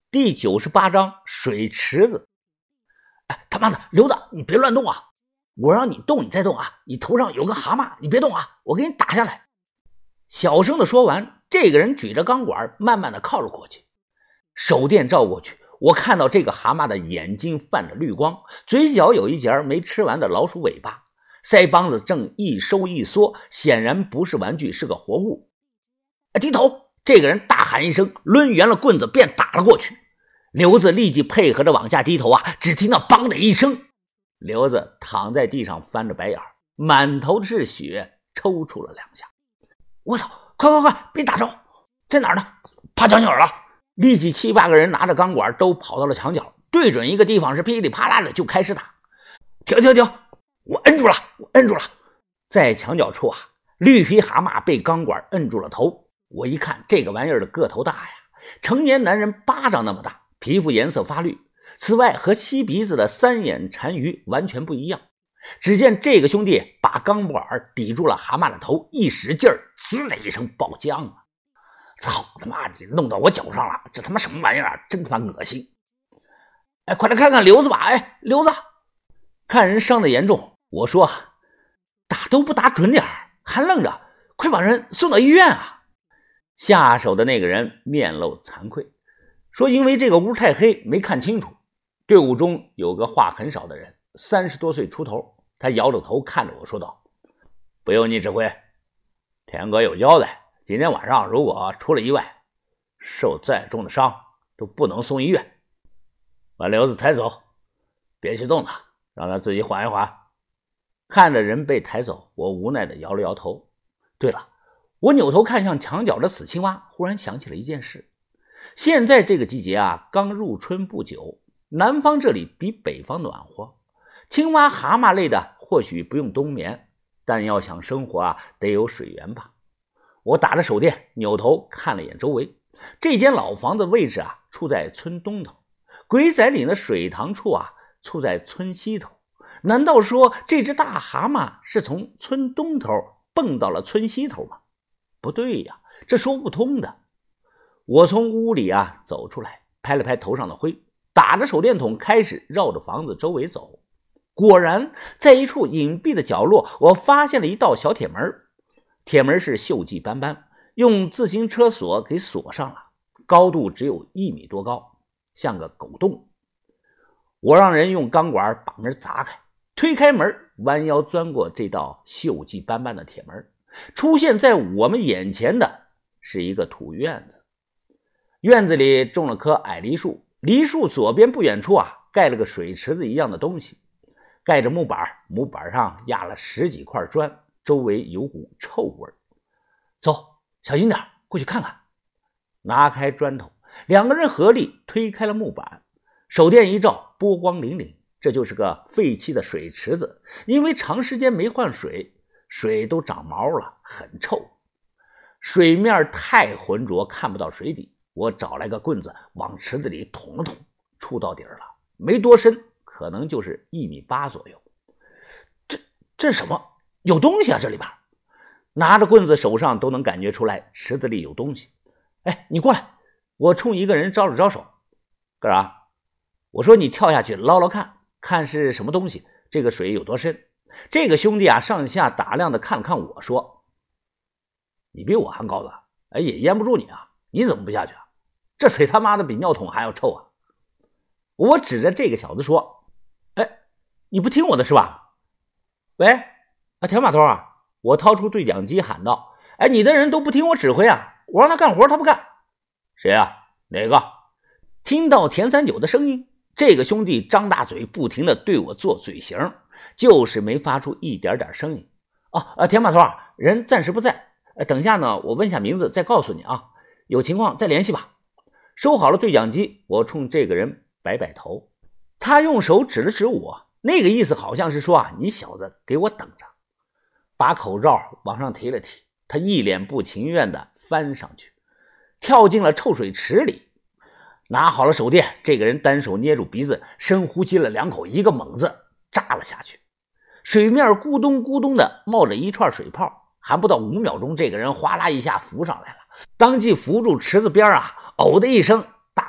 第98章水池子。哎，他妈的，刘子，你别乱动啊！我让你动你再动啊！你头上有个蛤蟆，你别动啊！我给你打下来。小声的说完，这个人举着钢管慢慢的靠了过去，手电照过去，我看到这个蛤蟆的眼睛泛着绿光，嘴角有一截没吃完的老鼠尾巴，腮帮子正一收一缩，显然不是玩具，是个活物。低头！这个人大喊一声，抡圆了棍子便打了过去。刘子立即配合着往下低头啊，只听到梆的一声，刘子躺在地上翻着白眼，满头是血，抽搐了2下。我操，快别打着，在哪儿呢？趴墙角了。立即7、8个人拿着钢管都跑到了墙角，对准一个地方是噼里啪啦的就开始打。停！我摁住了。在墙角处啊，绿皮蛤蟆被钢管摁住了头。我一看这个玩意儿的个头大呀，成年男人巴掌那么大，皮肤颜色发绿，此外和吸鼻子的3眼单鱼完全不一样。只见这个兄弟把钢管抵住了蛤蟆的头，一使劲儿，呲的一声爆浆了。操他妈，你弄到我脚上了，这他妈什么玩意儿啊，真他妈恶心。哎，快来看看刘子吧。哎，刘子，看人伤得严重，我说打都不打准点还愣着，快把人送到医院啊。下手的那个人面露惭愧，说因为这个屋太黑没看清楚。队伍中有个话很少的人，30多岁出头，他摇着头看着我说道：不用你指挥，田哥有交代，今天晚上如果出了意外，受再重的伤都不能送医院。把刘子抬走，别去动他，让他自己缓一缓。看着人被抬走，我无奈地摇了摇头。对了，我扭头看向墙角的死青蛙，忽然想起了一件事。现在这个季节啊，刚入春不久，南方这里比北方暖和，青蛙蛤蟆类的或许不用冬眠，但要想生活啊，得有水源吧。我打着手电，扭头看了眼周围，这间老房子位置啊，处在村东头，鬼仔岭的水塘处啊，处在村西头。难道说这只大蛤蟆是从村东头蹦到了村西头吗？不对呀，这说不通的。我从屋里啊走出来，拍了拍头上的灰，打着手电筒开始绕着房子周围走。果然在一处隐蔽的角落，我发现了一道小铁门。铁门是锈迹斑斑，用自行车锁给锁上了，高度只有1米多高，像个狗洞。我让人用钢管把门砸开，推开门，弯腰钻过这道锈迹斑斑的铁门，出现在我们眼前的是一个土院子。院子里种了棵矮梨树，梨树左边不远处啊，盖了个水池子一样的东西，盖着木板，木板上压了10几块砖，周围有股臭味。走，小心点，过去看看。拿开砖头，2个人合力推开了木板，手电一照，波光粼粼，这就是个废弃的水池子，因为长时间没换水，水都长毛了，很臭。水面太浑浊，看不到水底。我找来个棍子往池子里捅了捅，触到底了，没多深，可能就是1.8米左右。这什么？有东西啊，这里边。拿着棍子手上都能感觉出来池子里有东西。哎，你过来。我冲一个人招了招手。干啥？我说你跳下去捞捞看，看是什么东西，这个水有多深。这个兄弟啊，上下打量的看了看我，说：你比我还高的，哎，也淹不住你啊，你怎么不下去啊？这水他妈的比尿桶还要臭啊！我指着这个小子说：哎，你不听我的是吧？喂，田马头啊！我掏出对讲机喊道：哎，你的人都不听我指挥啊，我让他干活他不干。谁啊？哪个？听到田39的声音，这个兄弟张大嘴不停地对我做嘴型，就是没发出一点点声音。田马头啊，人暂时不在，等下呢我问下名字再告诉你啊，有情况再联系吧。收好了对讲机，我冲这个人摆摆头，他用手指了指我，那个意思好像是说啊，你小子给我等着。把口罩往上提了提，他一脸不情愿地翻上去，跳进了臭水池里。拿好了手电，这个人单手捏住鼻子，深呼吸了2口，一个猛子扎了下去。水面咕咚咕咚的冒着一串水泡，还不到5秒钟，这个人哗啦一下浮上来了，当即扶住池子边啊，呕的一声，大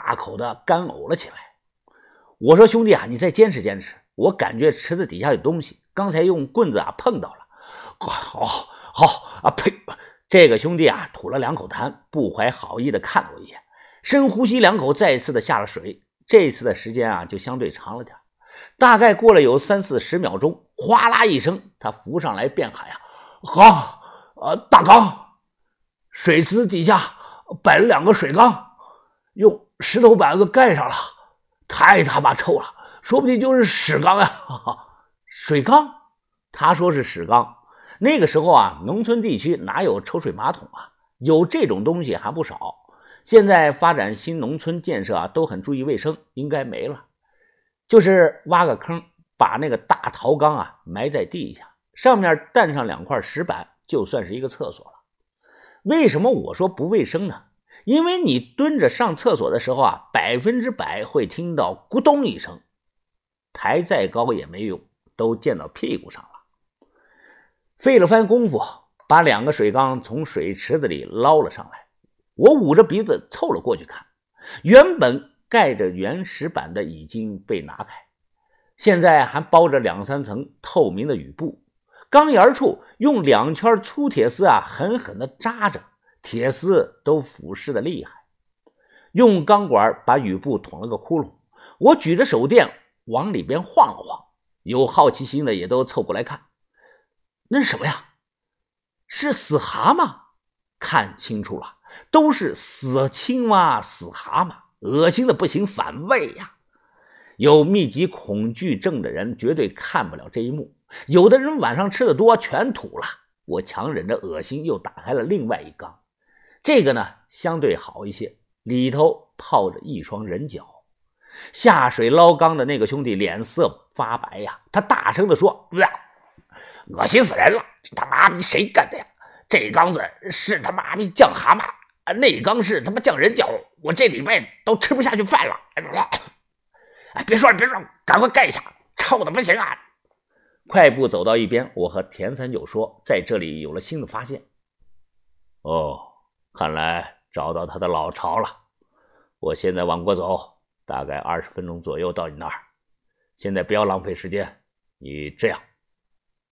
大口的干呕了起来。我说兄弟啊，你再坚持坚持，我感觉池子底下有东西，刚才用棍子啊碰到了。好啊，呸！这个兄弟啊吐了2口痰，不怀好意的看了我一眼，深呼吸2口，再次的下了水。这次的时间啊就相对长了点，大概过了有30-40秒钟，哗啦一声，他浮上来便喊呀：大缸！水池底下摆了2个水缸，用石头板子盖上了，太他妈臭了，说不定就是屎缸呀！水缸？他说是屎缸。那个时候啊，农村地区哪有抽水马桶啊？有这种东西还不少。现在发展新农村建设啊，都很注意卫生，应该没了。就是挖个坑，把那个大陶缸啊埋在地下，上面垫上2块石板，就算是一个厕所了。为什么我说不卫生呢？因为你蹲着上厕所的时候啊，100%会听到咕咚一声，抬再高也没用，都溅到屁股上了。费了番功夫，把2个水缸从水池子里捞了上来。我捂着鼻子凑了过去看，原本盖着原石板的已经被拿开，现在还包着2-3层透明的雨布，缸沿处用2圈粗铁丝啊狠狠地扎着，铁丝都腐蚀的厉害。用钢管把雨布捅了个窟窿，我举着手电往里边晃了晃，有好奇心的也都凑过来看。那是什么呀？是死蛤蟆！看清楚了，都是死青蛙、死蛤蟆，恶心的不行，反胃呀！有密集恐惧症的人绝对看不了这一幕，有的人晚上吃的多全吐了。我强忍着恶心又打开了另外一缸，这个呢相对好一些，里头泡着一双人脚。下水捞缸的那个兄弟脸色发白呀，他大声地说：恶心死人了，这他妈逼谁干的呀？这缸子是他妈逼酱蛤蟆，那缸是他妈酱人脚，我这礼拜都吃不下去饭了。别说了，赶快盖一下，臭的不行啊！快步走到一边，我和田三九说，在这里有了新的发现。看来找到他的老巢了。我现在往过走，大概20分钟左右到你那儿。现在不要浪费时间，你这样，